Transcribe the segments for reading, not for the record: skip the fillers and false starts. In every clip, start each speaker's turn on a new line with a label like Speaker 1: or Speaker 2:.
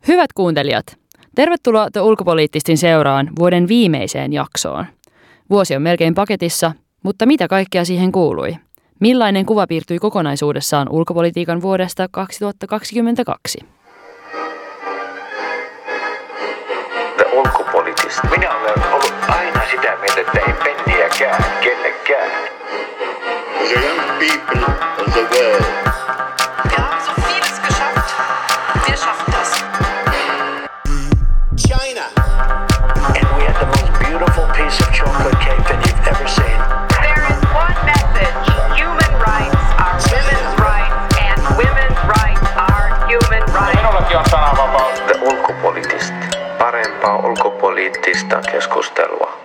Speaker 1: Hyvät kuuntelijat, tervetuloa Ulkopoliittistin seuraan vuoden viimeiseen jaksoon. Vuosi on melkein paketissa, mutta mitä kaikkea siihen kuului? Millainen kuva piirtyi kokonaisuudessaan ulkopolitiikan vuodesta 2022?
Speaker 2: Ulkopoliittista. Minä olen ollut aina sitä mieltä, että ei penniäkään kellekään.
Speaker 3: The young people of the world.
Speaker 4: Wir haben so vieles geschafft. Wir schaffen das.
Speaker 3: China.
Speaker 2: And we had the most beautiful piece of chocolate cake that you've ever seen.
Speaker 4: There is one message. Human rights are women's rights and women's rights are human rights.
Speaker 5: Minullakin on sananvapaus.
Speaker 2: The ulkopoliittista. Parempaa ulkopoliittista keskustelua.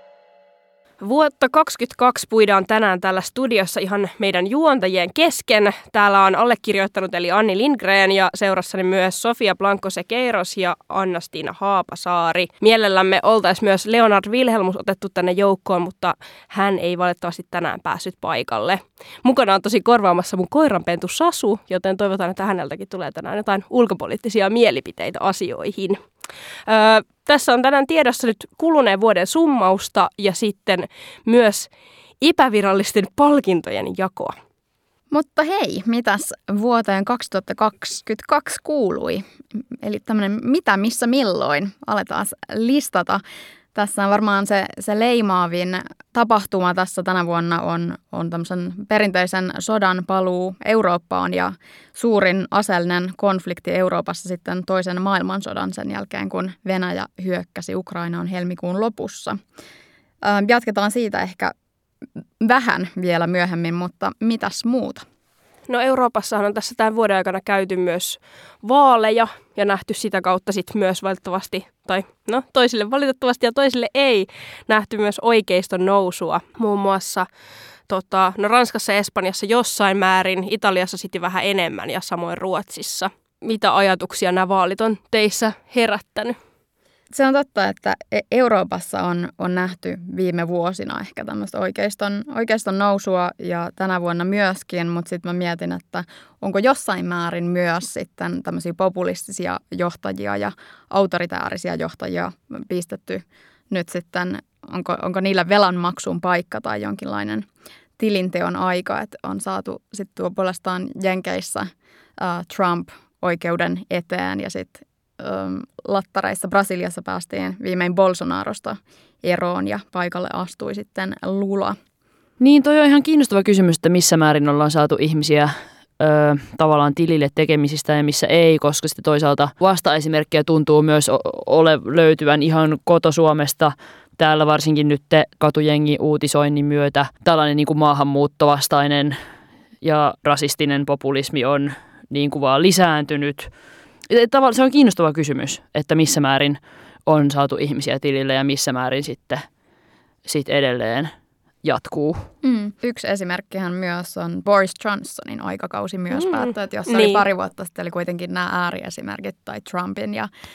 Speaker 6: Vuotta 2022 puidaan tänään täällä studiossa ihan meidän juontajien kesken. Täällä on allekirjoittanut eli Anni Lindgren ja seurassani myös Sofia Blanco-Sekeiros ja Anna-Stiina Haapasaari. Mielellämme oltaisiin myös Leonard Wilhelmus otettu tänne joukkoon, mutta hän ei valitettavasti tänään päässyt paikalle. Mukana on tosi korvaamassa mun koiranpentu Sasu, joten toivotaan, että häneltäkin tulee tänään jotain ulkopoliittisia mielipiteitä asioihin. Tässä on tänään tiedossa nyt kuluneen vuoden summausta ja sitten myös epävirallisten palkintojen jakoa.
Speaker 7: Mutta hei, mitäs vuoteen 2022 kuului? Eli tämmöinen mitä, missä, milloin. Aletaan listata. Tässä on varmaan se leimaavin tapahtuma tässä tänä vuonna on tämmöisen perinteisen sodan paluu Eurooppaan ja suurin aseellinen konflikti Euroopassa sitten toisen maailmansodan sen jälkeen, kun Venäjä hyökkäsi Ukrainaan helmikuun lopussa. Jatketaan siitä ehkä vähän vielä myöhemmin, mutta mitäs muuta?
Speaker 6: No Euroopassahan on tässä tämän vuoden aikana käyty myös vaaleja ja nähty sitä kautta sitten myös valitettavasti, tai no toisille valitettavasti ja toisille ei, nähty myös oikeiston nousua. Muun muassa Ranskassa ja Espanjassa jossain määrin, Italiassa sitten vähän enemmän ja samoin Ruotsissa. Mitä ajatuksia nämä vaalit on teissä herättänyt?
Speaker 7: Se on totta, että Euroopassa on nähty viime vuosina ehkä tämmöistä oikeiston nousua ja tänä vuonna myöskin, mutta sitten mä mietin, että onko jossain määrin myös sitten tämmöisiä populistisia johtajia ja autoritäärisiä johtajia pistetty nyt sitten, onko niillä velanmaksun paikka tai jonkinlainen tilinteon aika, että on saatu sitten puolestaan Jenkeissä Trump oikeuden eteen ja sitten lattareissa Brasiliassa päästiin viimein Bolsonarosta eroon ja paikalle astui sitten Lula.
Speaker 1: Niin, toi on ihan kiinnostava kysymys, että missä määrin ollaan saatu ihmisiä tavallaan tilille tekemisistä ja missä ei, koska sitten toisaalta vastaesimerkkejä tuntuu myös löytyvän ihan koto-Suomesta. Täällä varsinkin nyt katujengi uutisoinnin myötä tällainen niin kuin maahanmuuttovastainen ja rasistinen populismi on niin kuin vaan lisääntynyt. Se on kiinnostava kysymys, että missä määrin on saatu ihmisiä tilille ja missä määrin sitten edelleen jatkuu.
Speaker 7: Yksi esimerkkihän myös on Boris Johnsonin aikakausi myös päättyi, että jos oli pari vuotta sitten oli kuitenkin nämä ääriesimerkit tai Trumpin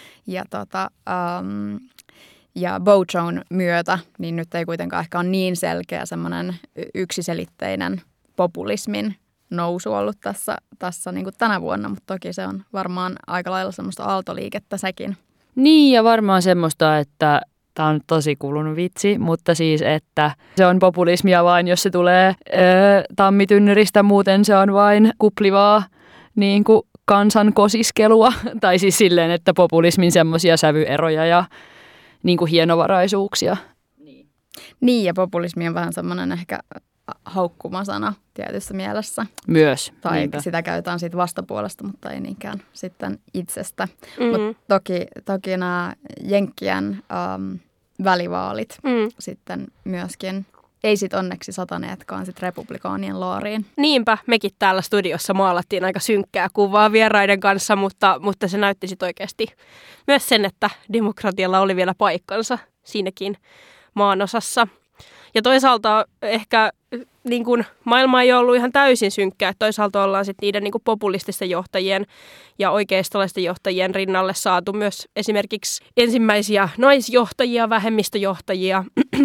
Speaker 7: ja Bojon myötä, niin nyt ei kuitenkaan ehkä ole niin selkeä semmoinen yksiselitteinen populismin nousu ollut tässä niin kuin tänä vuonna, mutta toki se on varmaan aika lailla semmoista aaltoliikettä sekin.
Speaker 1: Niin ja varmaan semmoista, että tämä on tosi kulunut vitsi, mutta siis, että se on populismia vain, jos se tulee tammitynnyristä, muuten se on vain kuplivaa niin kuin kansan kosiskelua. Tai siis silleen, että populismin semmoisia sävyeroja ja niin kuin hienovaraisuuksia.
Speaker 7: Niin ja populismi on vähän semmoinen ehkä haukkumasana tietyssä mielessä.
Speaker 1: Myös.
Speaker 7: Tai
Speaker 1: niinpä.
Speaker 7: sitä käytetään siitä vastapuolesta, mutta ei niinkään sitten itsestä. Mutta toki nämä Jenkkien välivaalit sitten myöskin ei sit onneksi sataneetkaan sit republikaanien laariin.
Speaker 6: Niinpä, mekin täällä studiossa maalattiin aika synkkää kuvaa vieraiden kanssa, mutta se näytti sit oikeasti myös sen, että demokratialla oli vielä paikkansa siinäkin maanosassa. Ja toisaalta ehkä niin kuin, maailma ei ollut ihan täysin synkkää. Toisaalta ollaan sitten niiden niin kuin populististen johtajien ja oikeistolaisten johtajien rinnalle saatu myös esimerkiksi ensimmäisiä naisjohtajia, vähemmistöjohtajia.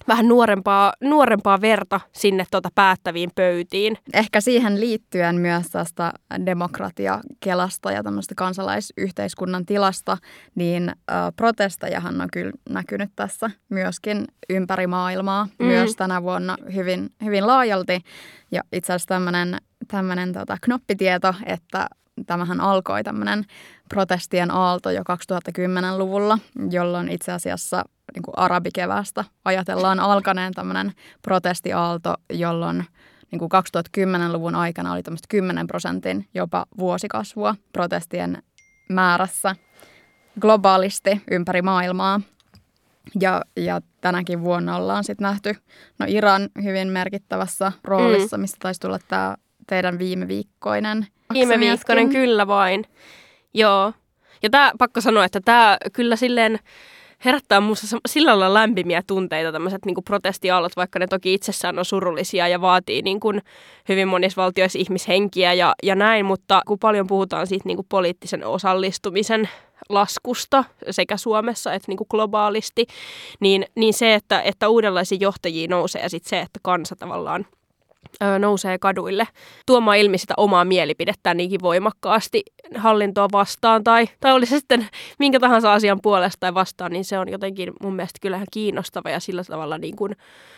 Speaker 6: vähän nuorempaa verta sinne päättäviin pöytiin.
Speaker 7: Ehkä siihen liittyen myös tästä demokratiakelasta ja tämmöistä kansalaisyhteiskunnan tilasta, niin protestejahan on kyllä näkynyt tässä myöskin ympäri maailmaa, myös tänä vuonna hyvin, hyvin laajalti. Ja itse asiassa tämmöinen knoppitieto, että tämähän alkoi tämmöinen protestien aalto jo 2010-luvulla, jolloin itse asiassa niin kuin arabikeväästä ajatellaan alkaneen tämmöinen protestiaalto, jolloin niin kuin 2010-luvun aikana oli tämmöistä 10% jopa vuosikasvua protestien määrässä globaalisti ympäri maailmaa. Ja tänäkin vuonna ollaan sitten nähty Iran hyvin merkittävässä roolissa, mistä taisi tulla tämä teidän viimeviikkoinen.
Speaker 6: Viimeviikkoinen, kyllä vain. Joo. Ja tämä pakko sanoa, että tämä kyllä silleen herättää minusta sillä lailla lämpimiä tunteita, tämmöiset niin kuin protestiaallot, vaikka ne toki itsessään on surullisia ja vaatii niin kuin hyvin monissa valtioissa ihmishenkiä ja näin, mutta kun paljon puhutaan siitä niin kuin poliittisen osallistumisen laskusta sekä Suomessa että niin kuin globaalisti, niin se, että uudenlaisia johtajia nousee ja sitten se, että kansa tavallaan nousee kaduille tuomaan ilmi sitä omaa mielipidettään niinkin voimakkaasti hallintoa vastaan tai oli se sitten minkä tahansa asian puolesta tai vastaan, niin se on jotenkin mun mielestä kyllähän kiinnostava ja sillä tavalla niin kuin,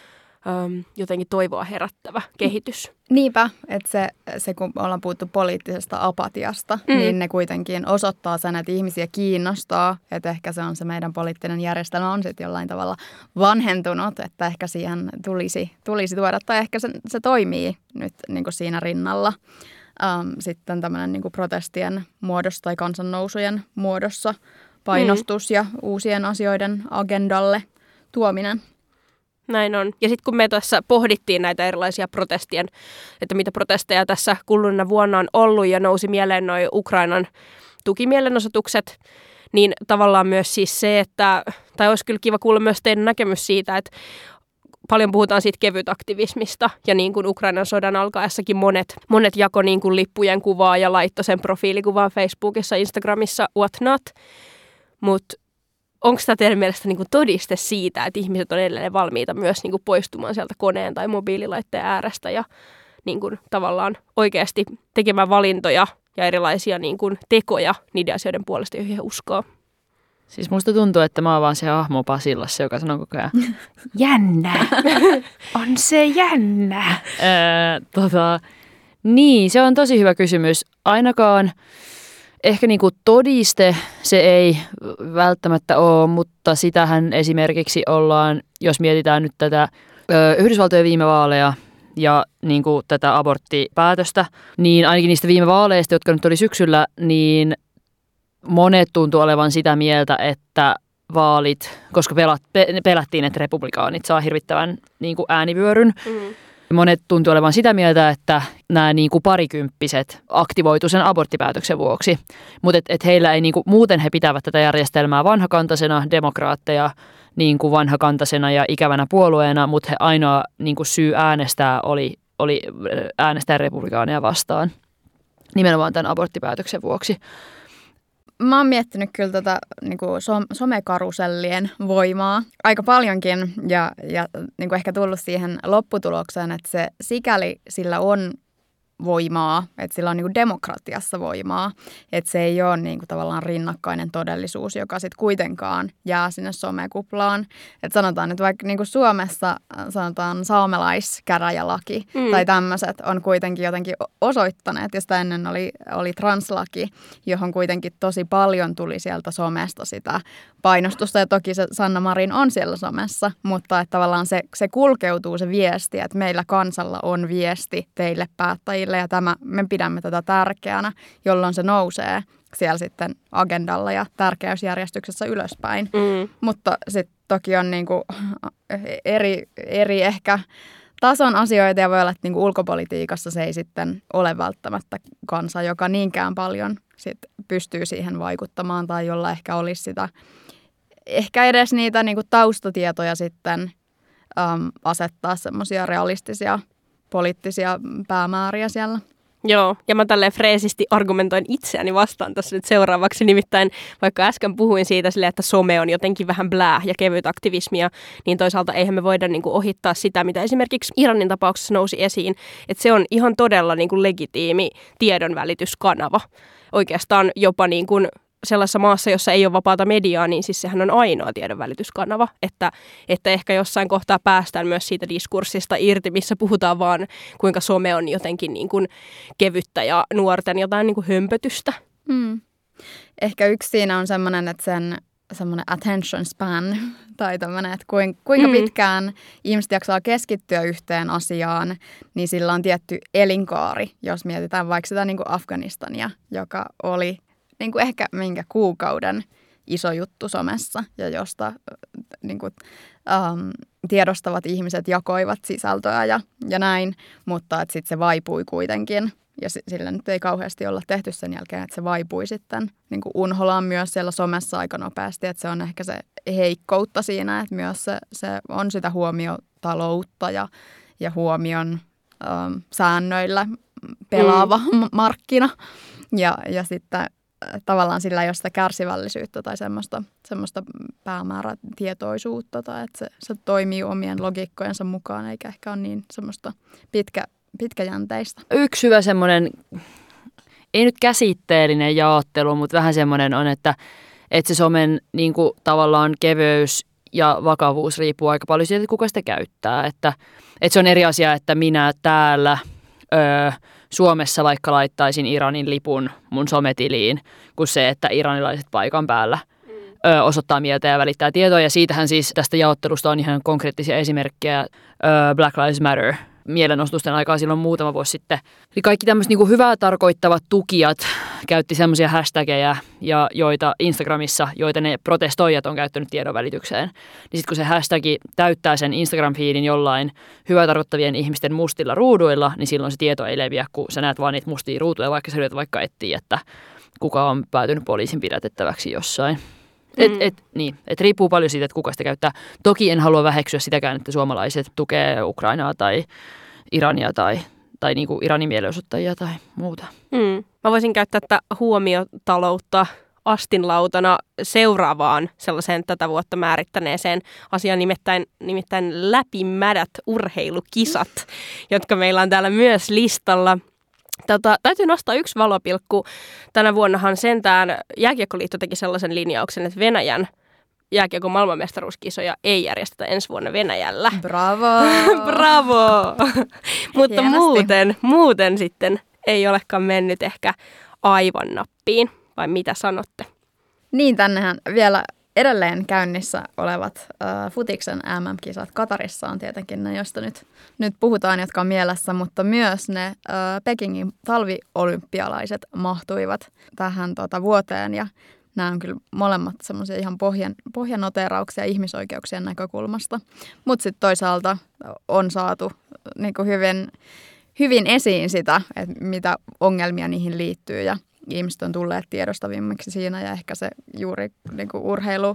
Speaker 6: jotenkin toivoa herättävä kehitys.
Speaker 7: Niinpä, että se kun ollaan puhuttu poliittisesta apatiasta, niin ne kuitenkin osoittaa sen, että ihmisiä kiinnostaa, että ehkä se on se meidän poliittinen järjestelmä on sitten jollain tavalla vanhentunut, että ehkä siihen tulisi tuoda, tai ehkä se toimii nyt niin kuin siinä rinnalla sitten tämmöinen niin kuin protestien muodossa tai kansannousujen muodossa painostus ja uusien asioiden agendalle tuominen.
Speaker 6: Näin on. Ja sitten kun me tässä pohdittiin näitä erilaisia protestien, että mitä protesteja tässä kuluneena vuonna on ollut ja nousi mieleen noi Ukrainan tukimielenosoitukset, niin tavallaan myös siis se, että, tai olisi kyllä kiva kuulla myös teidän näkemys siitä, että paljon puhutaan siitä kevytaktivismista ja niin kuin Ukrainan sodan alkaessakin monet jako niin kuin lippujen kuvaa ja laittoi sen profiilikuvaan Facebookissa, Instagramissa, whatnot, mutta onko tämä teidän mielestä niin kuin todiste siitä, että ihmiset on edelleen valmiita myös niin kuin poistumaan sieltä koneen tai mobiililaitteen äärestä ja niin kuin tavallaan oikeasti tekemään valintoja ja erilaisia niin kuin tekoja niiden asioiden puolesta, joihin he uskoo?
Speaker 1: Siis musta tuntuu, että mä oon vaan se hahmo Pasillassa, joka sanoo koko ajan, jännä, on se jännä. Niin, se on tosi hyvä kysymys. Ainakaan ehkä niinku todiste se ei välttämättä ole, mutta sitähän esimerkiksi ollaan, jos mietitään nyt tätä Yhdysvaltojen viime vaaleja ja niinku tätä aborttipäätöstä, niin ainakin niistä viime vaaleista, jotka nyt oli syksyllä, niin monet tuntuu olevan sitä mieltä, että vaalit, koska pelättiin, että republikaanit saa hirvittävän niinku äänivyöryn. Monet tuntuu olevan sitä mieltä, että nämä niinku parikymppiset aktivoitu sen aborttipäätöksen vuoksi. Mutta et heillä ei niinku, muuten he pitävät tätä järjestelmää vanhakantaisena, demokraatteja niinku vanhakantaisena ja ikävänä puolueena, mutta he ainoa niinku syy äänestää oli äänestää republikaaneja vastaan nimenomaan tämän aborttipäätöksen vuoksi.
Speaker 7: Mä oon miettinyt kyllä tätä niin kuin somekarusellien voimaa aika paljonkin ja niin kuin ehkä tullut siihen lopputulokseen, että se sikäli sillä on voimaa, että sillä on niin kuin demokratiassa voimaa, että se ei ole niin kuin tavallaan rinnakkainen todellisuus, joka sitten kuitenkaan jää sinne somekuplaan. Että sanotaan nyt vaikka niin kuin Suomessa sanotaan saamelaiskäräjälaki tai tämmöiset on kuitenkin jotenkin osoittaneet, ja sitä ennen oli translaki, johon kuitenkin tosi paljon tuli sieltä somesta sitä painostusta, ja toki se Sanna Marin on siellä somessa, mutta että tavallaan se kulkeutuu se viesti, että meillä kansalla on viesti teille päättäjille, ja me pidämme tätä tärkeänä, jolloin se nousee siellä sitten agendalla ja tärkeysjärjestyksessä ylöspäin. Mutta sitten toki on niinku eri ehkä tason asioita, ja voi olla, että niinku ulkopolitiikassa se ei sitten ole välttämättä kansa, joka niinkään paljon sit pystyy siihen vaikuttamaan, tai jolla ehkä olisi sitä, ehkä edes niitä niinku taustatietoja sitten asettaa semmoisia realistisia poliittisia päämääriä siellä.
Speaker 6: Joo, ja mä tälleen freesisti argumentoin itseäni vastaan tässä nyt seuraavaksi. Nimittäin vaikka äsken puhuin siitä silleen, että some on jotenkin vähän blää ja kevyt aktivismia, niin toisaalta eihän me voida niin kuin ohittaa sitä, mitä esimerkiksi Iranin tapauksessa nousi esiin, että se on ihan todella niin kuin legitiimi tiedonvälityskanava. Oikeastaan jopa niin kuin sellaisessa maassa, jossa ei ole vapaata mediaa, niin siis sehän on ainoa tiedonvälityskanava, että ehkä jossain kohtaa päästään myös siitä diskurssista irti, missä puhutaan vaan, kuinka some on jotenkin niin kuin kevyttä ja nuorten jotain niin kuin hömpötystä.
Speaker 7: Ehkä yksi siinä on semmoinen, että semmoinen attention span tai tämmöinen, että kuinka pitkään ihmiset jaksaa keskittyä yhteen asiaan, niin sillä on tietty elinkaari, jos mietitään vaikka sitä niin kuin Afganistania, joka oli niin kuin ehkä minkä kuukauden iso juttu somessa ja josta niin kuin, tiedostavat ihmiset jakoivat sisältöä ja näin, mutta että sitten se vaipui kuitenkin. Ja sillä nyt ei kauheasti olla tehty sen jälkeen, että se vaipui sitten niin kuin unholaan myös siellä somessa aika nopeasti. Että se on ehkä se heikkoutta siinä, että myös se on sitä huomiotaloutta ja huomion säännöillä pelaava markkina. Ja sitten tavallaan sillä ei ole sitä kärsivällisyyttä tai semmoista päämäärätietoisuutta tai että se toimii omien logiikkojensa mukaan eikä ehkä ole niin semmoista pitkäjänteistä.
Speaker 1: Yksi hyvä semmoinen, ei nyt käsitteellinen jaottelu, mutta vähän semmoinen on, että se somen niin kuin, tavallaan keveys ja vakavuus riippuu aika paljon siitä, että kuka sitä käyttää. Että se on eri asia, että minä täällä Suomessa vaikka laittaisin Iranin lipun mun sometiliin, kuin se, että iranilaiset paikan päällä osoittaa mieltä ja välittää tietoa. Ja siitähän siis tästä jaottelusta on ihan konkreettisia esimerkkejä Black Lives Matter mielenostusten aikaa silloin muutama vuosi sitten. Eli kaikki tämmöiset niin kuin hyvää tarkoittavat tukijat käytti semmoisia hashtageja, joita Instagramissa, joita ne protestoijat on käyttänyt tiedonvälitykseen. Niin sitten kun se hashtagi täyttää sen Instagram-feedin jollain hyvää tarkoittavien ihmisten mustilla ruuduilla, niin silloin se tieto ei leviä, kun sä näet vaan niitä mustia ruutuja, vaikka sä yrität vaikka etsiä, että kuka on päätynyt poliisin pidätettäväksi jossain. Et riippuu paljon siitä, että kuka sitä käyttää. Toki en halua väheksyä sitäkään, että suomalaiset tukee Ukrainaa tai Irania tai niin kuin Iranin mielenosoittajia tai muuta.
Speaker 6: Mä voisin käyttää tätä huomiotaloutta astinlautana seuraavaan sellaiseen tätä vuotta määrittäneeseen asiaan, nimittäin läpimärät urheilukisat, jotka meillä on täällä myös listalla. Täytyy nostaa yksi valopilkku. Tänä vuonnahan sentään Jääkiekkoliitto teki sellaisen linjauksen, että Venäjän jääkiekon maailmanmestaruuskisoja ei järjestetä ensi vuonna Venäjällä.
Speaker 7: Bravo!
Speaker 6: Bravo! Mutta muuten sitten ei olekaan mennyt ehkä aivan nappiin. Vai mitä sanotte?
Speaker 7: Niin, tännehän vielä edelleen käynnissä olevat futiksen MM-kisat Katarissa on tietenkin ne, joista nyt puhutaan, jotka on mielessä, mutta myös ne Pekingin talviolympialaiset mahtuivat tähän vuoteen ja nämä on kyllä molemmat semmoisia ihan pohjanoteerauksia ihmisoikeuksien näkökulmasta. Mutta sitten toisaalta on saatu niin kuin hyvin esiin sitä, että mitä ongelmia niihin liittyy ja ihmiset on tulleet tiedostavimmiksi siinä ja ehkä se juuri niin kuin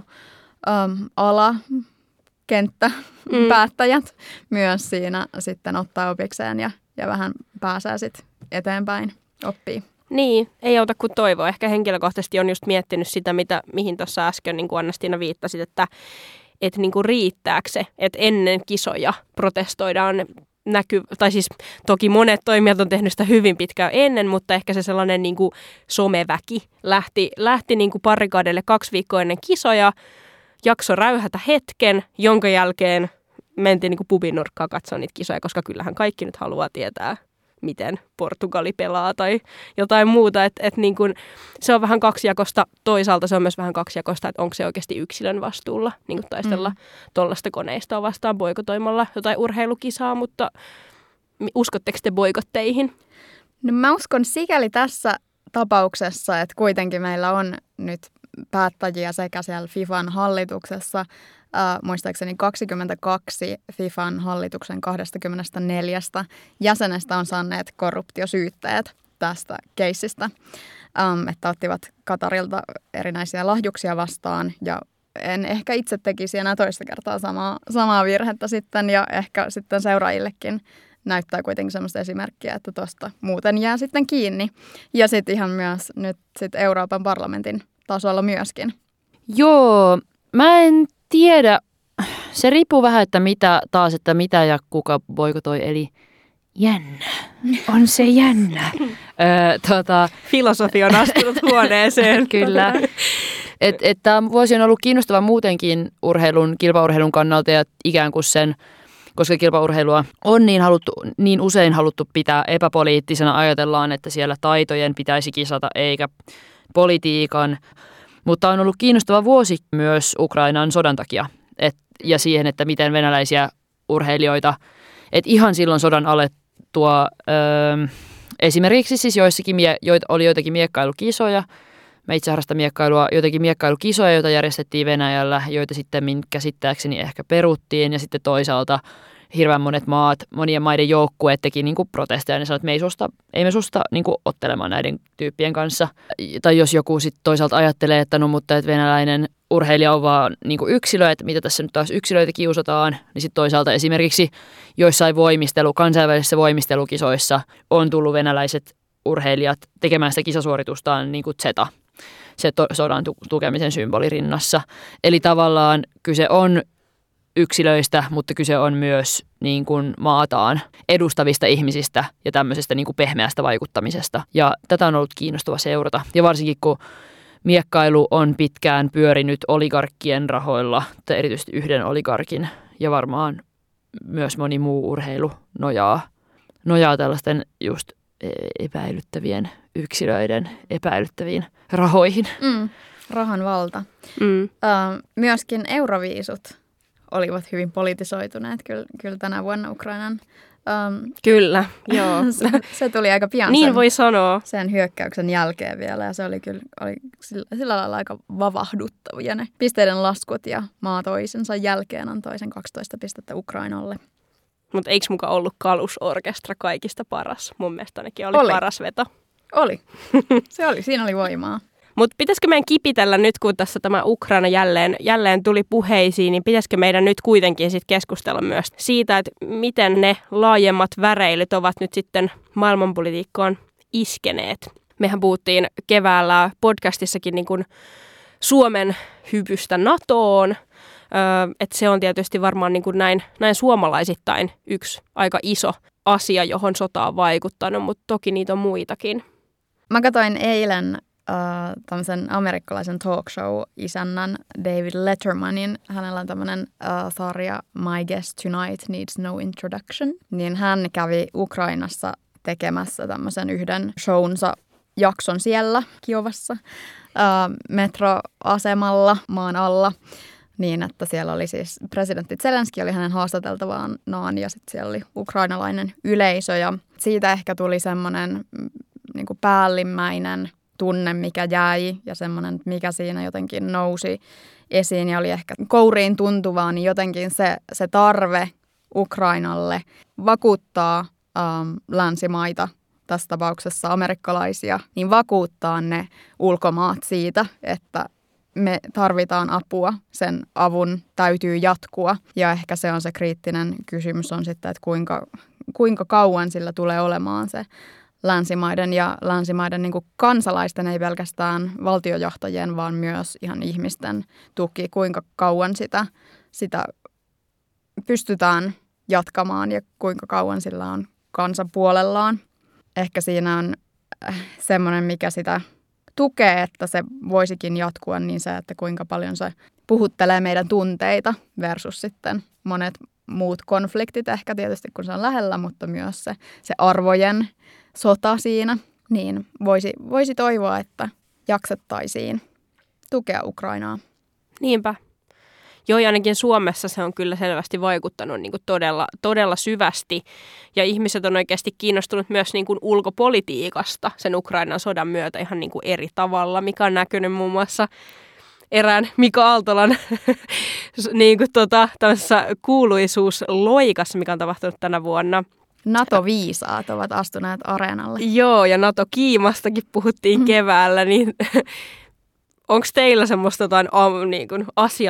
Speaker 7: urheiluala, kenttä, päättäjät myös siinä sitten ottaa opikseen ja vähän pääsee sitten eteenpäin, oppii.
Speaker 6: Niin, ei auta kuin toivoa. Ehkä henkilökohtaisesti on just miettinyt sitä, mihin tuossa äsken niin kuin Anna-Stiina viittasit, että niin kuin riittääkö se, että ennen kisoja protestoidaan tai siis toki monet toimijat on tehnyt sitä hyvin pitkään ennen, mutta ehkä se sellainen niin kuin someväki lähti niin kuin barrikadeille 2 viikkoa ennen kisoja, jakso räyhätä hetken, jonka jälkeen mentiin niin kuin pubin nurkkaan katsomaan niitä kisoja, koska kyllähän kaikki nyt haluaa tietää, miten Portugali pelaa tai jotain muuta. Et niin kuin, se on vähän kaksijakosta. Toisaalta se on myös vähän kaksijakosta, että onko se oikeasti yksilön vastuulla niin kuin taistella tuollaista koneistoa vastaan boikotoimalla jotain urheilukisaa, mutta uskotteko te boikotteihin?
Speaker 7: No mä uskon sikäli tässä tapauksessa, että kuitenkin meillä on nyt päättäjiä sekä siellä FIFAn hallituksessa, muistaakseni 22 FIFAn hallituksen 24 jäsenestä on saaneet korruptiosyytteet tästä keissistä, että ottivat Katarilta erinäisiä lahjuksia vastaan ja en ehkä itse tekisi enää toista kertaa samaa virhettä sitten ja ehkä sitten seuraajillekin näyttää kuitenkin semmoista esimerkkiä, että tuosta muuten jää sitten kiinni. Ja sitten ihan myös nyt sit Euroopan parlamentin tasolla myöskin.
Speaker 1: Joo, mä en tiedä. Se riippuu vähän, että mitä ja kuka boikotoi, eli jännä. On se jännä.
Speaker 6: Filosofia on astunut huoneeseen.
Speaker 1: Kyllä. Tämä vuosi on ollut kiinnostava muutenkin kilpaurheilun kannalta ja ikään kuin sen, koska kilpaurheilua on niin usein haluttu pitää epäpoliittisena, ajatellaan, että siellä taitojen pitäisi kisata eikä politiikan. Mutta on ollut kiinnostava vuosi myös Ukrainan sodan takia ja siihen, että miten venäläisiä urheilijoita, että ihan silloin sodan alettua esimerkiksi siis oli joitakin miekkailukisoja, mä itse harrastan miekkailua, joitakin miekkailukisoja, joita järjestettiin Venäjällä, joita sitten käsittääkseni ehkä peruttiin ja sitten toisaalta hirveän monet monien maiden joukkueet teki niin kuin protesteja ja sanoivat, että ei me susta niin kuin ottelemaan näiden tyyppien kanssa. Tai jos joku sitten toisaalta ajattelee, että no mutta että venäläinen urheilija on vaan niin kuin yksilö, että mitä tässä nyt taas yksilöitä kiusataan, niin sitten toisaalta esimerkiksi joissain kansainvälisissä voimistelukisoissa on tullut venäläiset urheilijat tekemään sitä kisasuoritustaan niin kuin se sodan tukemisen symboli rinnassa. Eli tavallaan kyse on yksilöistä, mutta kyse on myös niin kuin maataan edustavista ihmisistä ja tämmöisestä niin kuin pehmeästä vaikuttamisesta. Ja tätä on ollut kiinnostava seurata. Ja varsinkin kun miekkailu on pitkään pyörinyt oligarkkien rahoilla, tai erityisesti yhden oligarkin, ja varmaan myös moni muu urheilu nojaa tällaisten just epäilyttävien yksilöiden epäilyttäviin rahoihin.
Speaker 7: Rahan valta. Myöskin euroviisut olivat hyvin politisoituneet kyllä tänä vuonna Ukrainan.
Speaker 6: Kyllä, joo.
Speaker 7: Se tuli aika pian
Speaker 6: niin voi sanoa.
Speaker 7: Sen hyökkäyksen jälkeen vielä ja se oli kyllä sillä lailla aika vavahduttavia ne pisteiden laskut ja maa toisensa jälkeen antoi sen 12 pistettä Ukrainalle.
Speaker 6: Mutta eikö muka ollut Kalusorkestra kaikista paras? Mun mielestä ainakin oli paras veto.
Speaker 7: Oli. Siinä oli voimaa.
Speaker 6: Mutta pitäisikö meidän kipitellä nyt, kun tässä tämä Ukraina jälleen tuli puheisiin, niin pitäisikö meidän nyt kuitenkin sit keskustella myös siitä, että miten ne laajemmat väreilyt ovat nyt sitten maailmanpolitiikkaan iskeneet. Mehän puhuttiin keväällä podcastissakin niin kuin Suomen hyvystä NATOon, että se on tietysti varmaan niin kuin näin suomalaisittain yksi aika iso asia, johon sota on vaikuttanut, mutta toki niitä on muitakin.
Speaker 7: Mä katsoin eilen tämmöisen amerikkalaisen talk show-isännän David Lettermanin. Hänellä on tämmöinen sarja My Guest Tonight Needs No Introduction. Niin hän kävi Ukrainassa tekemässä tämmöisen yhden shownsa jakson siellä Kiovassa metroasemalla maan alla. Niin, että siellä oli siis presidentti Zelenski oli hänen haastateltavanaan ja sitten siellä oli ukrainalainen yleisö. Ja siitä ehkä tuli semmoinen niin kuin päällimmäinen tunne, mikä jäi ja semmoinen, mikä siinä jotenkin nousi esiin ja oli ehkä kouriin tuntuvaa, niin jotenkin se tarve Ukrainalle vakuuttaa länsimaita, tässä tapauksessa amerikkalaisia, niin vakuuttaa ne ulkomaat siitä, että me tarvitaan apua, sen avun täytyy jatkua ja ehkä se on se kriittinen kysymys on sitten, että kuinka kauan sillä tulee olemaan se länsimaiden niin kuin kansalaisten, ei pelkästään valtiojohtajien, vaan myös ihan ihmisten tuki, kuinka kauan sitä pystytään jatkamaan ja kuinka kauan sillä on kansan puolellaan. Ehkä siinä on semmoinen, mikä sitä tukee, että se voisikin jatkua, niin se, että kuinka paljon se puhuttelee meidän tunteita versus sitten monet muut konfliktit ehkä tietysti, kun se on lähellä, mutta myös se arvojen sota siinä, niin voisi toivoa, että jaksettaisiin tukea Ukrainaa.
Speaker 6: Niinpä. Joo, ja ainakin Suomessa se on kyllä selvästi vaikuttanut niin kuin todella syvästi. Ja ihmiset on oikeasti kiinnostunut myös niin kuin ulkopolitiikasta sen Ukrainan sodan myötä ihan niin kuin eri tavalla, mikä on näkynyt muun muassa erään Mika Aaltolan niin kuin tämmöisessä kuuluisuusloikassa, mikä on tapahtunut tänä vuonna.
Speaker 7: NATO-viisaat ovat astuneet areenalle.
Speaker 6: Joo, ja NATO-kiimastakin puhuttiin keväällä, niin onko teillä semmoista jotain niin kuin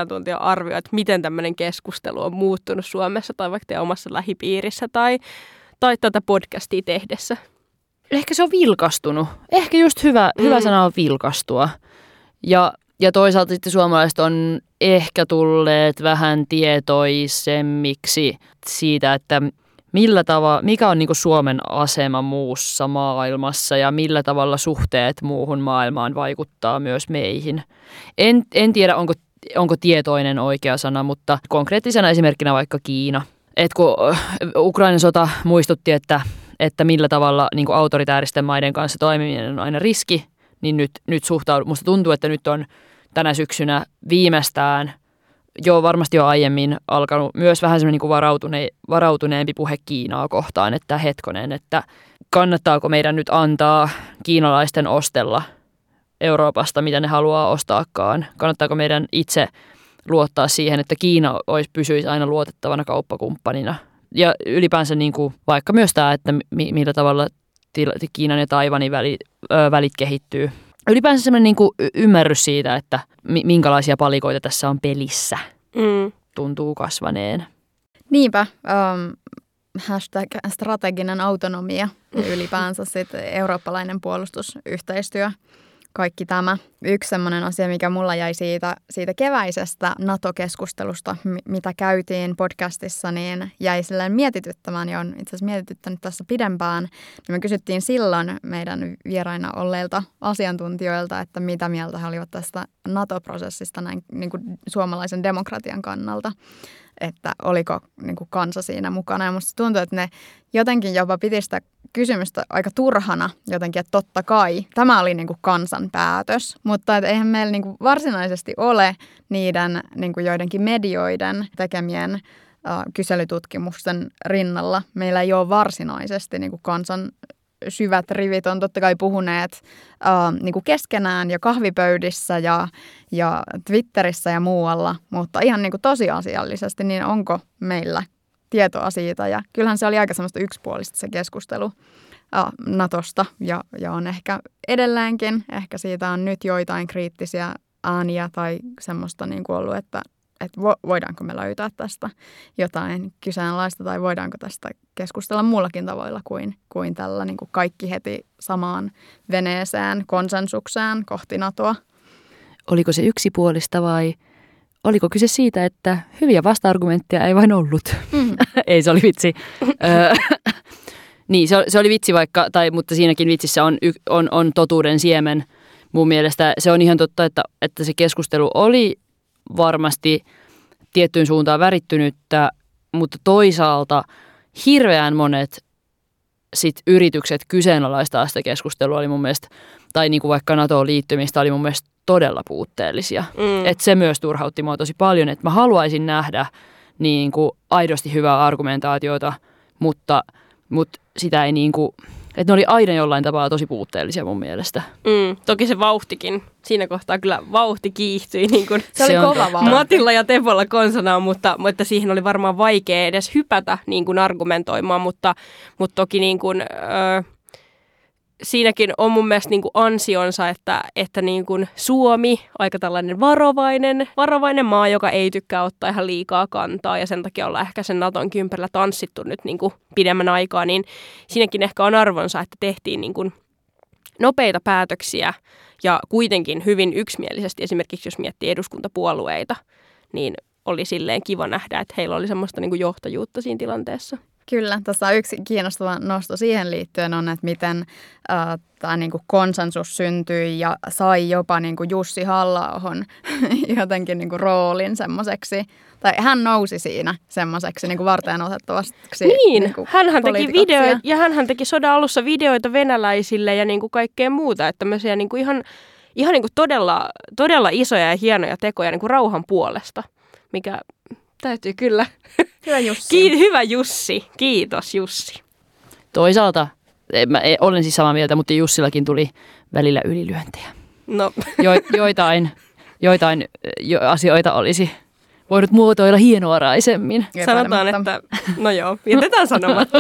Speaker 6: asiantuntija-arvioa, että miten tämmöinen keskustelu on muuttunut Suomessa tai vaikka teidän omassa lähipiirissä tai tätä podcastia tehdessä?
Speaker 1: Ehkä se on vilkastunut. Ehkä just hyvä sana on vilkastua. Ja toisaalta sitten suomalaiset on ehkä tulleet vähän tietoisemmiksi siitä, että mikä on niin kuin Suomen asema muussa maailmassa ja millä tavalla suhteet muuhun maailmaan vaikuttaa myös meihin. En tiedä, onko tietoinen oikea sana, mutta konkreettisena esimerkkinä vaikka Kiina. Et kun Ukrainan sota muistutti, että millä tavalla niin kuin autoritääristen maiden kanssa toimiminen on aina riski, niin nyt musta tuntuu, että nyt on tänä syksynä viimeistään varmasti jo aiemmin alkanut myös vähän semmoinen niin varautuneempi puhe Kiinaa kohtaan, että hetkonen, että kannattaako meidän nyt antaa kiinalaisten ostella Euroopasta, mitä ne haluaa ostaakaan. Kannattaako meidän itse luottaa siihen, että Kiina pysyisi aina luotettavana kauppakumppanina. Ja ylipäänsä niin kuin, vaikka myös tämä, että millä tavalla Kiinan ja Taiwanin välit kehittyy. Ylipäänsä sellainen niin kuin ymmärrys siitä, että minkälaisia palikoita tässä on pelissä, tuntuu kasvaneen.
Speaker 7: Niinpä. Hashtag strateginen autonomia ja ylipäänsä sitten eurooppalainen puolustusyhteistyö. Kaikki tämä. Yksi sellainen asia, mikä mulla jäi siitä keväisestä NATO-keskustelusta, mitä käytiin podcastissa, niin jäi silleen mietityttämään ja on itse asiassa mietityttänyt tässä pidempään. Niin me kysyttiin silloin meidän vieraina olleilta asiantuntijoilta, että mitä mieltä he olivat tästä NATO-prosessista näin niin kuin suomalaisen demokratian kannalta. Että oliko niin kuin kansa siinä mukana. Ja musta tuntuu, että ne jotenkin jopa piti sitä kysymystä aika turhana jotenkin, että totta kai tämä oli niin kuin kansan päätös. Mutta että eihän meillä niin kuin varsinaisesti ole niiden niin kuin joidenkin medioiden tekemien kyselytutkimusten rinnalla. Meillä ei ole varsinaisesti niin kuin kansan syvät rivit on totta kai puhuneet niin kuin keskenään ja kahvipöydissä ja Twitterissä ja muualla, mutta ihan niin kuin tosiasiallisesti, niin onko meillä tietoa siitä? Ja kyllähän se oli aika semmoista yksipuolista se keskustelu Natosta ja on ehkä edelleenkin, ehkä siitä on nyt joitain kriittisiä ääniä tai semmoista niin kuin ollut, että voidaanko me löytää tästä jotain kyseenalaista tai voidaanko tästä keskustella muullakin tavoilla kuin tällä niin kuin kaikki heti samaan veneeseen, konsensukseen kohti NATOa. Oliko se yksipuolista vai oliko kyse siitä, että hyviä vasta-argumentteja ei vain ollut? Ei, se oli vitsi. Niin, se oli vitsi mutta siinäkin vitsissä on totuuden siemen. Mun mielestä se on ihan totta, että se keskustelu oli varmasti tiettyyn suuntaan värittynyttä, mutta toisaalta hirveän monet yritykset kyseenalaistaa sitä keskustelua oli mun mielestä, tai niin kuin vaikka NATOon liittymistä oli mun mielestä todella puutteellisia. Että se myös turhautti mua tosi paljon, että mä haluaisin nähdä niin kuin aidosti hyvää argumentaatiota, mutta sitä ei niin kuin, että ne oli aina jollain tavalla tosi puutteellisia mun mielestä.
Speaker 6: Toki se vauhtikin. Siinä kohtaa kyllä vauhti kiihtyi. Niin kuin
Speaker 7: se oli kova vauhti.
Speaker 6: Matilla ja Tepolla konsanaan, mutta siihen oli varmaan vaikea edes hypätä niin kuin argumentoimaan. Mutta toki niin kuin, siinäkin on mun mielestä niin kuin ansionsa, että niin kuin Suomi, aika tällainen varovainen maa, joka ei tykkää ottaa ihan liikaa kantaa ja sen takia ollaan ehkä sen Naton ympärillä tanssittu nyt niin kuin pidemmän aikaa, niin siinäkin ehkä on arvonsa, että tehtiin niin kuin nopeita päätöksiä ja kuitenkin hyvin yksimielisesti, esimerkiksi jos miettii eduskuntapuolueita, niin oli silleen kiva nähdä, että heillä oli semmoista niin kuin johtajuutta siinä tilanteessa.
Speaker 7: Kyllä, tässä on yksi kiinnostava nosto siihen liittyen on, että miten tämä niinku konsensus syntyi ja sai jopa niinku Jussi Halla-ahon jotenkin niinku roolin semmoiseksi, tai hän nousi siinä semmoiseksi niinku varteenotettavaksi.
Speaker 6: Niin,
Speaker 7: niinku
Speaker 6: hänhän teki videoita ja hänhän teki sodan alussa videoita venäläisille ja niinku kaikkea muuta, että tämmöisiä niinku ihan niinku todella isoja ja hienoja tekoja niinku rauhan puolesta, mikä täytyy kyllä.
Speaker 7: Hyvä Jussi.
Speaker 6: Hyvä Jussi. Kiitos Jussi.
Speaker 1: Toisaalta olen siis samaa mieltä, mutta Jussillakin tuli välillä ylilyöntejä.
Speaker 6: No.
Speaker 1: Joitain asioita olisi voinut muotoilla hienoaraisemmin.
Speaker 6: Sanotaan, että no joo, jätetään sanomatta.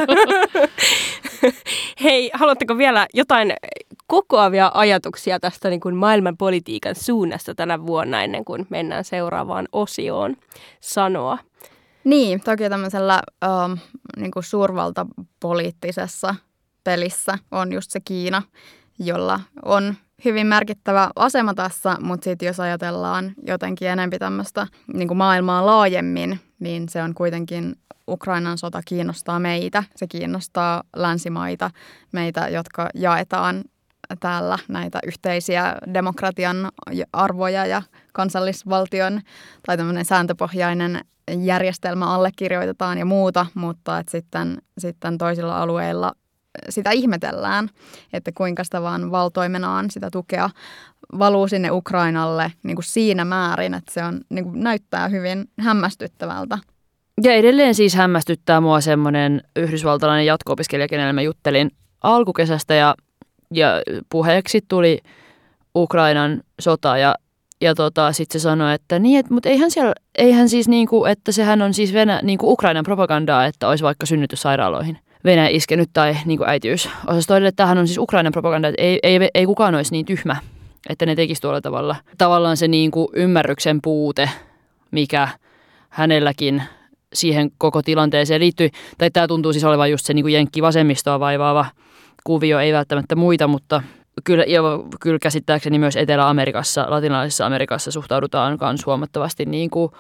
Speaker 6: Hei, haluatteko vielä jotain kokoavia ajatuksia tästä niin kuin maailmanpolitiikan suunnasta tänä vuonna ennen kuin mennään seuraavaan osioon sanoa?
Speaker 7: Niin, toki tämmöisellä niin kuin suurvaltapoliittisessa pelissä on just se Kiina, jolla on hyvin merkittävä asema tässä, mutta sitten jos ajatellaan jotenkin enemmän tämmöistä niin kuin maailmaa laajemmin, niin se on kuitenkin Ukrainan sota kiinnostaa meitä. Se kiinnostaa länsimaita, meitä, jotka jaetaan täällä näitä yhteisiä demokratian arvoja ja kansallisvaltion tai tämmöinen sääntöpohjainen järjestelmä allekirjoitetaan ja muuta, mutta että sitten toisilla alueilla sitä ihmetellään, että kuinka sitä vaan valtoimenaan sitä tukea valuu sinne Ukrainalle niin kuin siinä määrin, että se on, niin kuin näyttää hyvin hämmästyttävältä.
Speaker 1: Ja edelleen siis hämmästyttää mua semmoinen yhdysvaltalainen jatko-opiskelija, kenelle mä juttelin alkukesästä ja puheeksi tuli Ukrainan sota ja sitten se sanoi, että niin, mutta eihän siis niinku, että sehän on siis niinku Ukrainan propagandaa, että olisi vaikka synnytyssairaaloihin Venäjä iskenyt tai niinku äitiysosastoille, että tämähän on siis Ukrainan propagandaa, että ei kukaan olisi niin tyhmä, että ne tekisi tuolla tavalla. Tavallaan se niinku ymmärryksen puute, mikä hänelläkin siihen koko tilanteeseen liittyy, tai tämä tuntuu siis olevan just se niinku jenkkivasemmistoa vaivaava kuvio, ei välttämättä muita, mutta kyllä käsittääkseni myös Etelä-Amerikassa, Latinalaisessa Amerikassa suhtaudutaan myös huomattavasti niin kuin,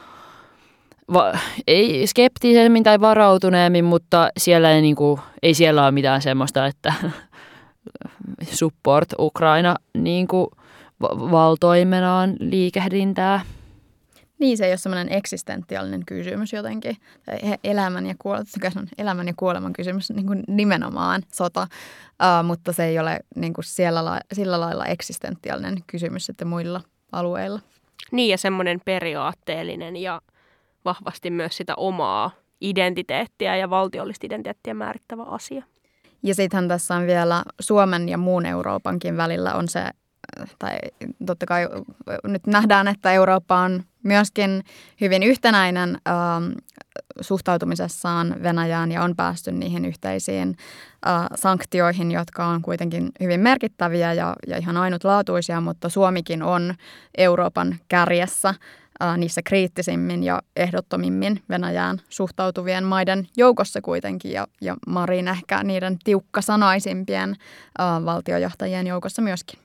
Speaker 1: ei skeptisemmin tai varautuneemmin, mutta siellä ei siellä ole mitään semmoista, että support Ukraina niin kuin valtoimenaan liikehdintää.
Speaker 7: Niin, se ei ole semmoinen eksistentiaalinen kysymys jotenkin. Elämän ja kuoleman kysymys niin kuin nimenomaan sota, mutta se ei ole niin kuin sillä lailla eksistentiaalinen kysymys sitten muilla alueilla.
Speaker 6: Niin, ja semmoinen periaatteellinen ja vahvasti myös sitä omaa identiteettiä ja valtiollista identiteettiä määrittävä asia.
Speaker 7: Ja sittenhän tässä on vielä Suomen ja muun Euroopankin välillä on se, tai totta kai nyt nähdään, että Eurooppa on myöskin hyvin yhtenäinen suhtautumisessaan Venäjään ja on päästy niihin yhteisiin sanktioihin, jotka on kuitenkin hyvin merkittäviä ja ihan ainutlaatuisia, mutta Suomikin on Euroopan kärjessä niissä kriittisimmin ja ehdottomimmin Venäjään suhtautuvien maiden joukossa kuitenkin ja Marin ehkä niiden tiukkasanaisimpien valtiojohtajien joukossa myöskin.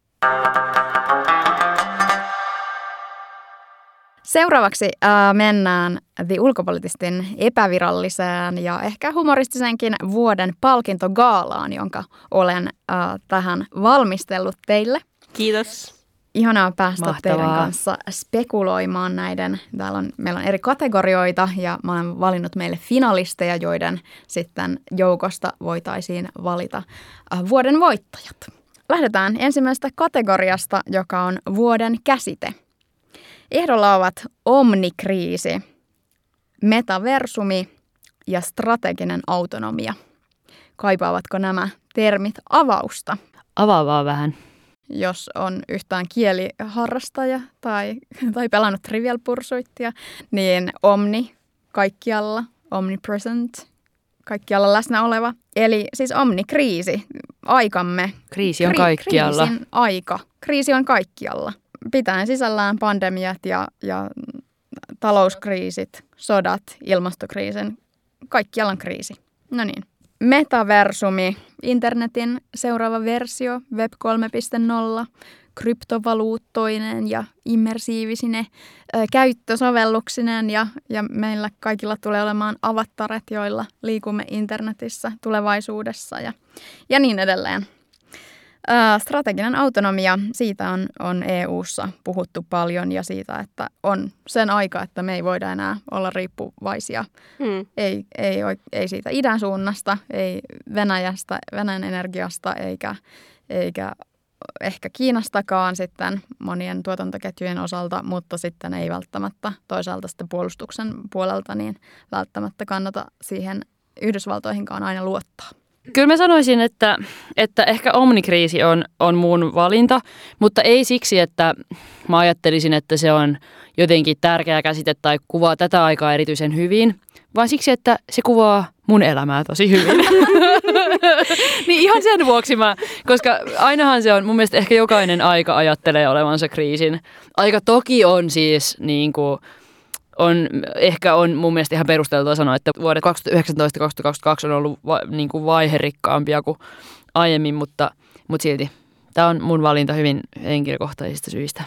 Speaker 7: Seuraavaksi mennään The Ulkopolitistin epäviralliseen ja ehkä humoristisenkin vuoden palkintogaalaan, jonka olen tähän valmistellut teille.
Speaker 6: Kiitos.
Speaker 7: Ihanaa päästä
Speaker 1: Mahtavaa.
Speaker 7: teidän kanssa spekuloimaan näiden. Meillä on eri kategorioita ja mä olen valinnut meille finalisteja, joiden sitten joukosta voitaisiin valita vuoden voittajat. Lähdetään ensimmäisestä kategoriasta, joka on vuoden käsite. Ehdolla ovat omnikriisi, metaversumi ja strateginen autonomia. Kaipaavatko nämä termit avausta?
Speaker 1: Avaa vaan vähän.
Speaker 7: Jos on yhtään kieliharrastaja tai pelannut Trivial Pursuitia, niin omni kaikkialla, omnipresent, kaikkialla läsnä oleva. Eli siis omnikriisi, aikamme.
Speaker 1: Kriisi on kaikkialla.
Speaker 7: Kriisin aika. Kriisi on kaikkialla. Pitäen sisällään pandemiat ja talouskriisit, sodat, ilmastokriisin, kaikkialan kriisi. No niin. Metaversumi, internetin seuraava versio, Web 3.0, kryptovaluuttoinen ja immersiivisine käyttösovelluksineen ja meillä kaikilla tulee olemaan avataret, joilla liikumme internetissä tulevaisuudessa ja niin edelleen. Strateginen autonomia, siitä on EU:ssa puhuttu paljon ja siitä, että on sen aika, että me ei voida enää olla riippuvaisia. Ei siitä idän suunnasta, ei Venäjästä, Venäjän energiasta eikä ehkä Kiinastakaan sitten monien tuotantoketjujen osalta, mutta sitten ei välttämättä toisaalta sitten puolustuksen puolelta niin välttämättä kannata siihen Yhdysvaltoihinkaan aina luottaa.
Speaker 1: Kyllä mä sanoisin, että ehkä omnikriisi on mun valinta, mutta ei siksi, että mä ajattelisin, että se on jotenkin tärkeä käsite tai kuvaa tätä aikaa erityisen hyvin, vaan siksi, että se kuvaa mun elämää tosi hyvin. Niin ihan sen vuoksi koska ainahan se on, mun mielestä ehkä jokainen aika ajattelee olevansa kriisin. Aika toki on siis niin kuin on mun mielestä ihan perusteltua sanoa, että vuodet 2019 ja 2022 on ollut niin kuin vaiherikkaampia kuin aiemmin, mutta silti tämä on mun valinta hyvin henkilökohtaisista syistä.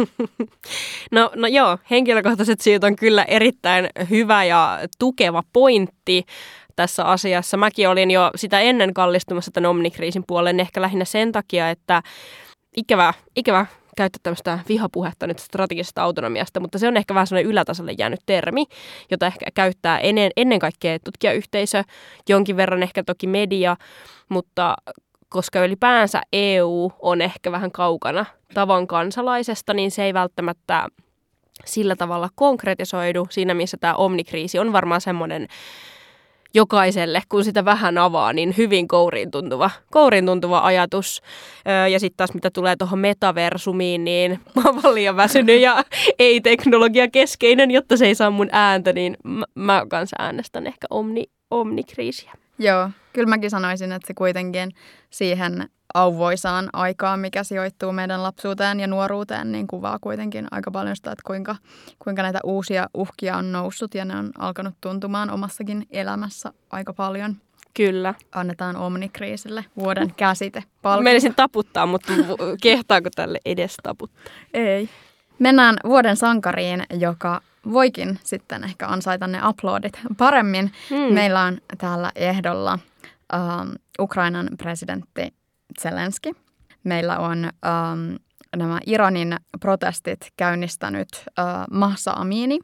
Speaker 6: No joo, henkilökohtaiset syyt on kyllä erittäin hyvä ja tukeva pointti tässä asiassa. Mäkin olin jo sitä ennen kallistumassa tämän Omnikriisin puoleen ehkä lähinnä sen takia, että ikävä käyttää tämmöistä vihapuhetta nyt strategisesta autonomiasta, mutta se on ehkä vähän sellainen ylätasolle jäänyt termi, jota ehkä käyttää ennen kaikkea tutkijayhteisö, jonkin verran ehkä toki media, mutta koska ylipäänsä EU on ehkä vähän kaukana tavan kansalaisesta, niin se ei välttämättä sillä tavalla konkretisoidu siinä, missä tämä Omnikriisi on varmaan semmoinen jokaiselle, kun sitä vähän avaa, niin hyvin kouriin tuntuva ajatus. Ja sitten taas mitä tulee tuohon metaversumiin, niin mä oon vaan liian väsynyt ja ei-teknologia keskeinen, jotta se ei saa mun ääntä, niin mä kanssa äänestän ehkä Omnikriisiä.
Speaker 7: Joo, kyllä mäkin sanoisin, että se kuitenkin siihen auvoisaan aikaan, mikä sijoittuu meidän lapsuuteen ja nuoruuteen, niin kuvaa kuitenkin aika paljon sitä, että kuinka näitä uusia uhkia on noussut ja ne on alkanut tuntumaan omassakin elämässä aika paljon.
Speaker 6: Kyllä.
Speaker 7: Annetaan Omnikriisille vuoden käsite.
Speaker 6: Menisin taputtaa, mutta kehtaako tälle edes taputtaa?
Speaker 7: Ei. Mennään vuoden sankariin, joka voikin sitten ehkä ansaita ne aplodit paremmin. Meillä on täällä ehdolla Ukrainan presidentti Zelenski. Meillä on nämä Iranin protestit käynnistänyt Mahsa Amini.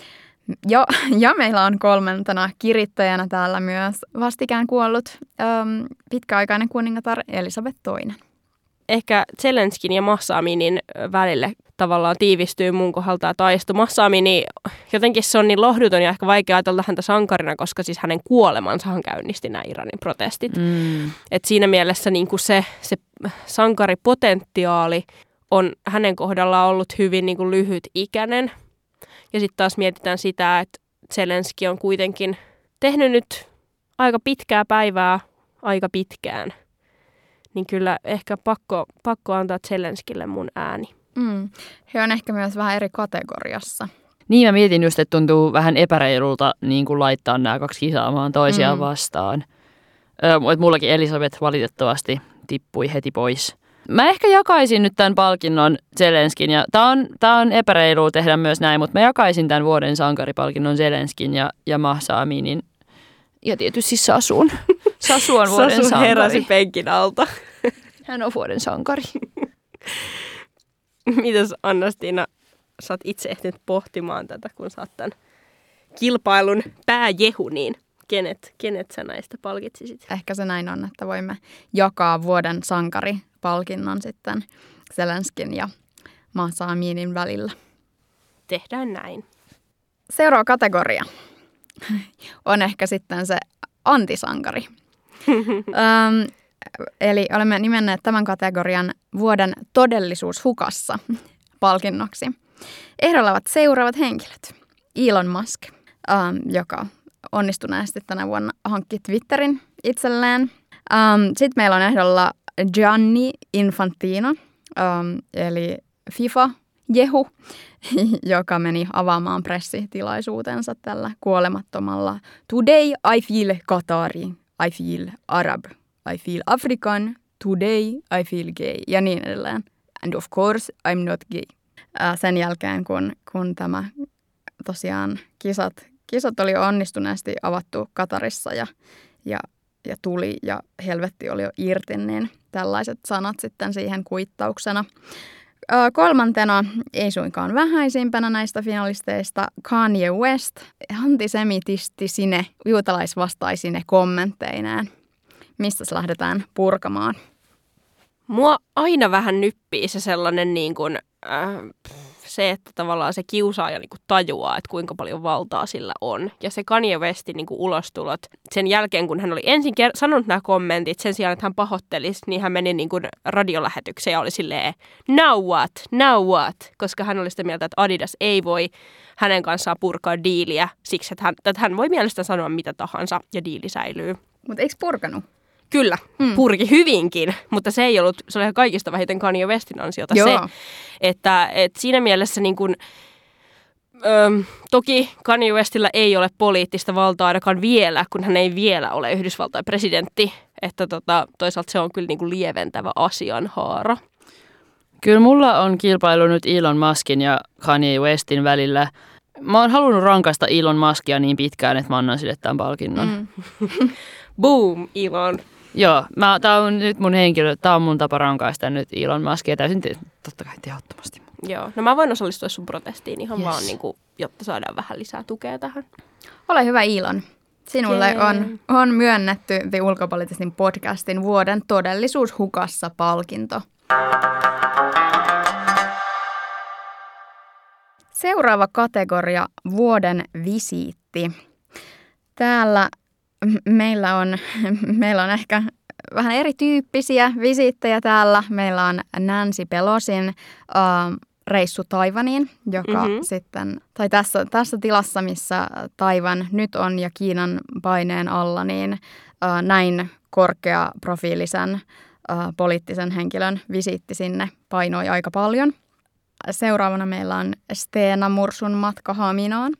Speaker 7: Ja meillä on kolmantena kirittäjänä täällä myös vastikään kuollut pitkäaikainen kuningatar Elisabeth II.
Speaker 6: Ehkä Zelenskin ja Mahsa Aminin välille tavallaan tiivistyy mun kohdalta taisto. Mahsa Amini, jotenkin se on niin lohduton ja ehkä vaikea ajatella häntä sankarina, koska siis hänen kuolemansahan käynnisti nämä Iranin protestit. Et siinä mielessä niin kuin se sankaripotentiaali on hänen kohdallaan ollut hyvin niin kuin lyhytikäinen. Ja sitten taas mietitään sitä, että Zelenski on kuitenkin tehnyt nyt aika pitkää päivää aika pitkään. Niin kyllä ehkä pakko antaa Zelenskille mun ääni.
Speaker 7: He on ehkä myös vähän eri kategoriassa.
Speaker 1: Niin mä mietin just, että tuntuu vähän epäreilulta niin kuin laittaa nämä kaksi kisaamaan toisiaan vastaan. Mutta mullakin Elisabeth valitettavasti tippui heti pois. Mä ehkä jakaisin nyt tämän palkinnon Zelenskin, ja tää on epäreilua tehdä myös näin, mutta mä jakaisin tämän vuoden sankaripalkinnon Zelenskin ja Mahsa Aminin ja tietysti Sasun. Sasu on vuoden
Speaker 6: Sasu
Speaker 1: sankari.
Speaker 6: heräsi penkin alta.
Speaker 1: Hän on vuoden sankari.
Speaker 6: Mitäs Anna-Stiina, sä oot itse ehtinyt pohtimaan tätä, kun sä oot tämän kilpailun pääjehu, niin kenet sä näistä palkitsisit?
Speaker 7: Ehkä se näin on, että voimme jakaa vuoden sankaripalkinnon sitten Zelenskin ja Mahsa Aminin välillä.
Speaker 6: Tehdään näin.
Speaker 7: Seuraava kategoria on ehkä sitten se antisankari. Eli olemme nimenneet tämän kategorian vuoden todellisuus hukassa palkinnoksi. Ehdolla ovat seuraavat henkilöt. Elon Musk, joka onnistuneesti tänä vuonna hankki Twitterin itselleen. Sitten meillä on ehdolla Gianni Infantino, eli FIFA-jehu, joka meni avaamaan pressitilaisuutensa tällä kuolemattomalla Today I feel Qatari, I feel Arab, I feel African, today I feel gay ja niin edelleen. And of course I'm not gay. Sen jälkeen kun tämä tosiaan kisat oli onnistuneesti avattu Katarissa ja tuli ja helvetti oli jo irti, niin tällaiset sanat sitten siihen kuittauksena. Kolmantena, ei suinkaan vähäisimpänä näistä finalisteista, Kanye West, antisemitistisine, juutalaisvastaisine kommentteineen. Mistä se lähdetään purkamaan?
Speaker 6: Mua aina vähän nyppii se sellainen niin kuin, se, että tavallaan se kiusaaja niin kuin tajuaa, että kuinka paljon valtaa sillä on. Ja se Kanye Westin niin kuin ulostulot sen jälkeen, kun hän oli ensin sanonut nämä kommentit, sen sijaan, että hän pahoittelisi, niin hän meni niin kuin radiolähetykseen ja oli silleen, now what? Koska hän oli sitä mieltä, että Adidas ei voi hänen kanssaan purkaa diiliä siksi, että hän voi mielestäni sanoa mitä tahansa ja diili säilyy.
Speaker 7: Mutta eikö purkanut?
Speaker 6: Kyllä, purki hyvinkin, mutta se oli kaikista vähiten Kanye Westin ansiota. Se, että siinä mielessä niin kun, Toki Kanye Westillä ei ole poliittista valtaa ainakaan vielä, kun hän ei vielä ole Yhdysvaltain presidentti. Että toisaalta se on kyllä niinku lieventävä asianhaara.
Speaker 1: Kyllä mulla on kilpailu nyt Elon Muskin ja Kanye Westin välillä. Mä oon halunnut rankaista Elon Muskia niin pitkään, että mä annan sille tämän palkinnon.
Speaker 6: Boom, Elon.
Speaker 1: Joo, tää on nyt mun henkilö, tää on mun tapa rankaista nyt Elon Muskia täysin totta kai tehottomasti.
Speaker 6: Joo, no mä voin osallistua sun protestiin ihan vaan, niinku, jotta saadaan vähän lisää tukea tähän.
Speaker 7: Ole hyvä Elon. Sinulle on myönnetty The Ulkopoliittisen podcastin vuoden todellisuushukassa -palkinto. Seuraava kategoria, vuoden visiitti. Täällä meillä on ehkä vähän erityyppisiä visiittejä täällä. Meillä on Nancy Pelosin reissu Taiwaniin, joka sitten, tai tässä tilassa, missä Taiwan nyt on ja Kiinan paineen alla, niin näin korkeaprofiilisen poliittisen henkilön visiitti sinne painoi aika paljon. Seuraavana meillä on Steena Mursun matka Haminoon,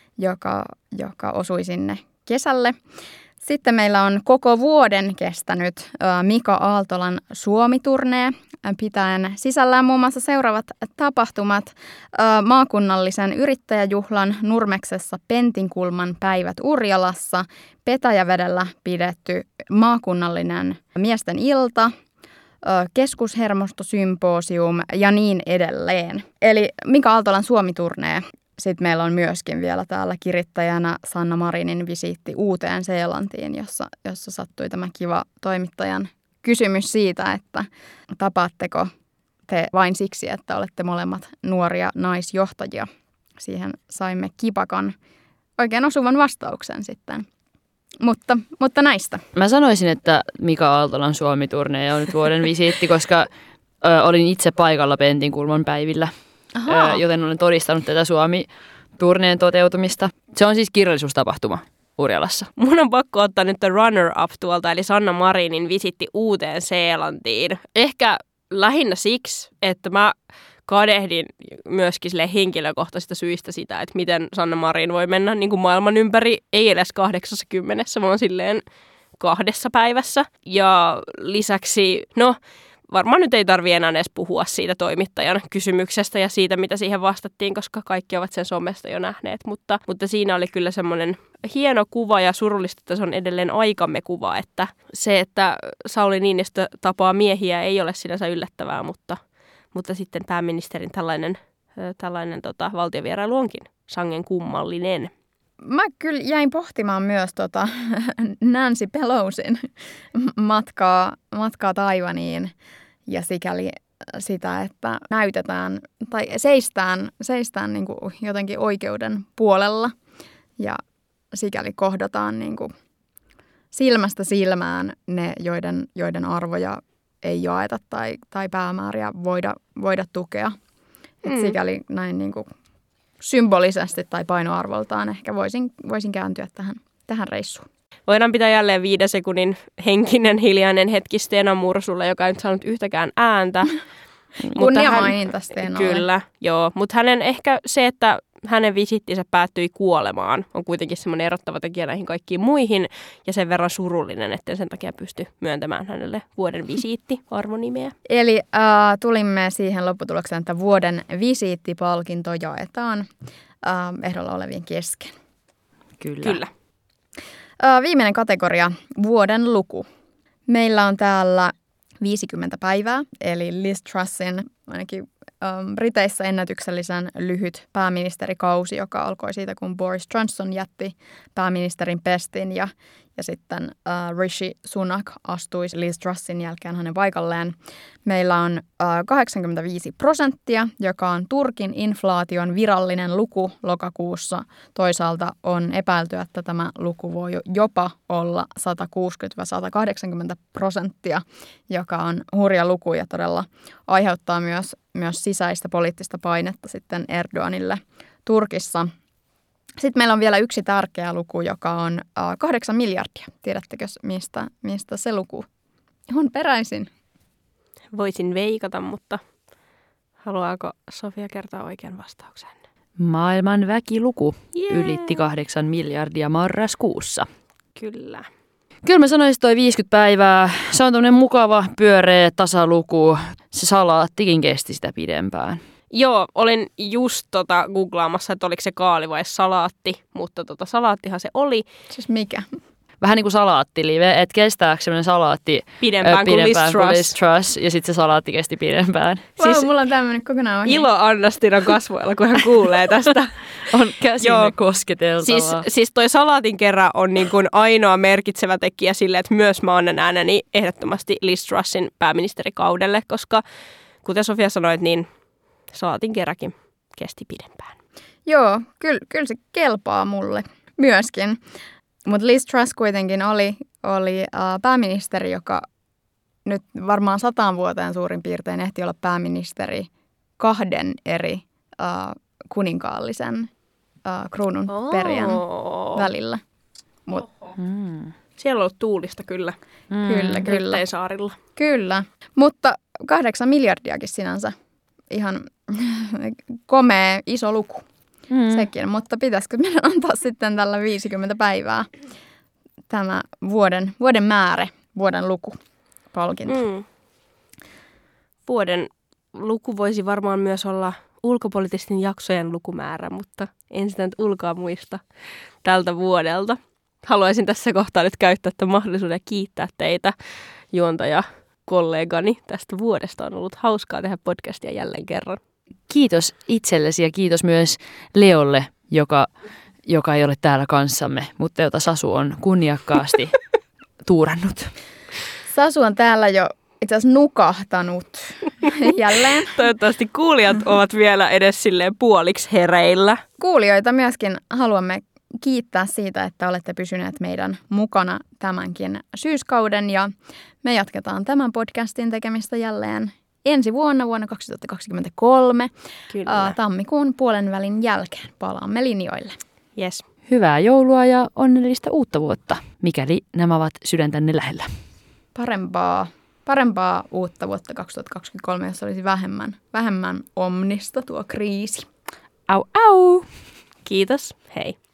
Speaker 7: joka osui sinne kesälle. Sitten meillä on koko vuoden kestänyt Mika Aaltolan Suomi-turnee, pitäen sisällään muun muassa seuraavat tapahtumat. Maakunnallisen yrittäjäjuhlan Nurmeksessa Pentinkulman päivät Urjalassa, Petäjävedellä pidetty maakunnallinen miesten ilta, keskushermostosymposium ja niin edelleen. Eli Mika Aaltolan Suomi-turnee. Sitten meillä on myöskin vielä täällä kirittäjänä Sanna Marinin visiitti Uuteen-Seelantiin, jossa sattui tämä kiva toimittajan kysymys siitä, että tapaatteko te vain siksi, että olette molemmat nuoria naisjohtajia. Siihen saimme kipakan oikein osuvan vastauksen sitten. Mutta näistä.
Speaker 1: Mä sanoisin, että Mika Aaltolan Suomi-turne on nyt vuoden visiitti, koska olin itse paikalla Pentinkulman päivillä, joten olen todistanut tätä Suomi-turneen toteutumista. Se on siis kirjallisuustapahtuma Urjalassa.
Speaker 6: Mun on pakko ottaa nyt runner-up tuolta, eli Sanna Marinin visiitti Uuteen-Seelantiin. Ehkä lähinnä siksi, että mä kadehdin myöskin sille henkilökohtaisista syistä sitä, että miten Sanna Marin voi mennä niin kuin maailman ympäri, ei edes 80, vaan silleen 2 päivässä. Ja lisäksi, varmaan nyt ei tarvitse enää edes puhua siitä toimittajan kysymyksestä ja siitä, mitä siihen vastattiin, koska kaikki ovat sen somesta jo nähneet. Mutta siinä oli kyllä semmoinen hieno kuva ja surullista, että se on edelleen aikamme kuva, että se, että Sauli Niinistö tapaa miehiä, ei ole sinänsä yllättävää, mutta sitten pääministerin tällainen valtiovierailu onkin sangen kummallinen.
Speaker 7: Mä kyllä jäin pohtimaan myös Nancy Pelosin matkaa Taiwaniin ja sikäli sitä, että näytetään tai seistään niin kuin jotenkin oikeuden puolella ja sikäli kohdataan niin kuin silmästä silmään ne, joiden arvoja ei jaeta tai päämääriä voida tukea. Et sikäli näin niin kuin symbolisesti tai painoarvoltaan ehkä voisin kääntyä tähän reissuun.
Speaker 6: Voidaan pitää jälleen 5 sekunnin henkinen hiljainen hetki Steena Mursulle, joka ei nyt saanut yhtäkään ääntä.
Speaker 7: Kunnia maininta Steenalle.
Speaker 6: Kyllä, joo. Mutta ehkä se, että hänen visittinsä päättyi kuolemaan, on kuitenkin semmoinen erottava tekijä näihin kaikkiin muihin ja sen verran surullinen, etten sen takia pysty myöntämään hänelle vuoden visiitti-arvonimeä.
Speaker 7: Eli tulimme siihen lopputulokseen, että vuoden visiittipalkinto jaetaan ehdolla olevien kesken.
Speaker 6: Kyllä.
Speaker 7: Viimeinen kategoria, vuoden luku. Meillä on täällä 50 päivää, eli Liz Trussin ainakin Briteissä ennätyksellisen lyhyt pääministerikausi, joka alkoi siitä, kun Boris Johnson jätti pääministerin pestin ja sitten Rishi Sunak astui Liz Trussin jälkeen hänen paikalleen. Meillä on 85%, joka on Turkin inflaation virallinen luku lokakuussa. Toisaalta on epäilty, että tämä luku voi jopa olla 160-180%, joka on hurja luku ja todella aiheuttaa myös sisäistä poliittista painetta sitten Erdoganille Turkissa. Sitten meillä on vielä yksi tärkeä luku, joka on 8 miljardia. Tiedättekö, mistä se luku on peräisin?
Speaker 6: Voisin veikata, mutta haluaako Sofia kertoa oikean vastauksen?
Speaker 1: Maailman väkiluku
Speaker 6: Jee.
Speaker 1: ylitti 8 miljardia marraskuussa.
Speaker 6: Kyllä.
Speaker 1: Kyllä mä sanoisin, että toi 50 päivää, se on tämmöinen mukava, pyöreä tasaluku. Se salaattikin kesti sitä pidempään.
Speaker 6: Joo, olin just googlaamassa, että oliko se kaali vai salaatti, mutta salaattihan se oli.
Speaker 7: Siis mikä?
Speaker 1: Vähän niin kuin salaattilive, että kestääkö semmoinen salaatti
Speaker 6: Pidempään kuin Liz
Speaker 1: Truss, ja sitten se salaatti kesti pidempään.
Speaker 7: Wow, mulla on tämmöinen kokonaan ohi.
Speaker 6: Ilo Annastinan kasvoilla, kun hän kuulee tästä.
Speaker 1: On käsinne kosketeltavaa.
Speaker 6: Siis toi salaatin kerran on niin kuin ainoa merkitsevä tekijä sille, että myös mä annan ääneni ehdottomasti Liz Trussin pääministerikaudelle, koska kuten Sofia sanoit, niin salaatin kerrankin kesti pidempään.
Speaker 7: Joo, kyllä se kelpaa mulle myöskin. Mutta Liz Truss kuitenkin oli pääministeri, joka nyt varmaan 100 vuoteen suurin piirtein ehti olla pääministeri 2 eri kuninkaallisen kruunun perijän välillä.
Speaker 6: Siellä on ollut tuulista kyllä.
Speaker 7: Kyllä.
Speaker 6: Saarilla.
Speaker 7: Kyllä, mutta 8 miljardiakin sinänsä ihan komea iso luku. Sekin, mutta pitäisikö meidän antaa sitten tällä 50 päivää tämä vuoden määrä, vuoden luku palkinto?
Speaker 6: Vuoden luku voisi varmaan myös olla ulkopoliittisten jaksojen lukumäärä, mutta en sitä nyt ulkoa muista tältä vuodelta. Haluaisin tässä kohtaa nyt käyttää tämän mahdollisuuden ja kiittää teitä, juontaja kollegani, tästä vuodesta. On ollut hauskaa tehdä podcastia jälleen kerran.
Speaker 1: Kiitos itsellesi ja kiitos myös Leolle, joka ei ole täällä kanssamme, mutta jota Sasu on kunniakkaasti tuurannut.
Speaker 7: Sasu on täällä jo itse asiassa nukahtanut jälleen.
Speaker 6: Toivottavasti kuulijat ovat vielä edes silleen puoliksi hereillä.
Speaker 7: Kuulijoita myöskin haluamme kiittää siitä, että olette pysyneet meidän mukana tämänkin syyskauden ja me jatketaan tämän podcastin tekemistä jälleen ensi vuonna 2023, tammikuun puolenvälin jälkeen palaamme linjoille.
Speaker 6: Yes.
Speaker 1: Hyvää joulua ja onnellista uutta vuotta, mikäli nämä ovat sydäntänne lähellä.
Speaker 7: Parempaa uutta vuotta 2023, jossa olisi vähemmän omnista tuo kriisi.
Speaker 1: Au au!
Speaker 6: Kiitos, hei.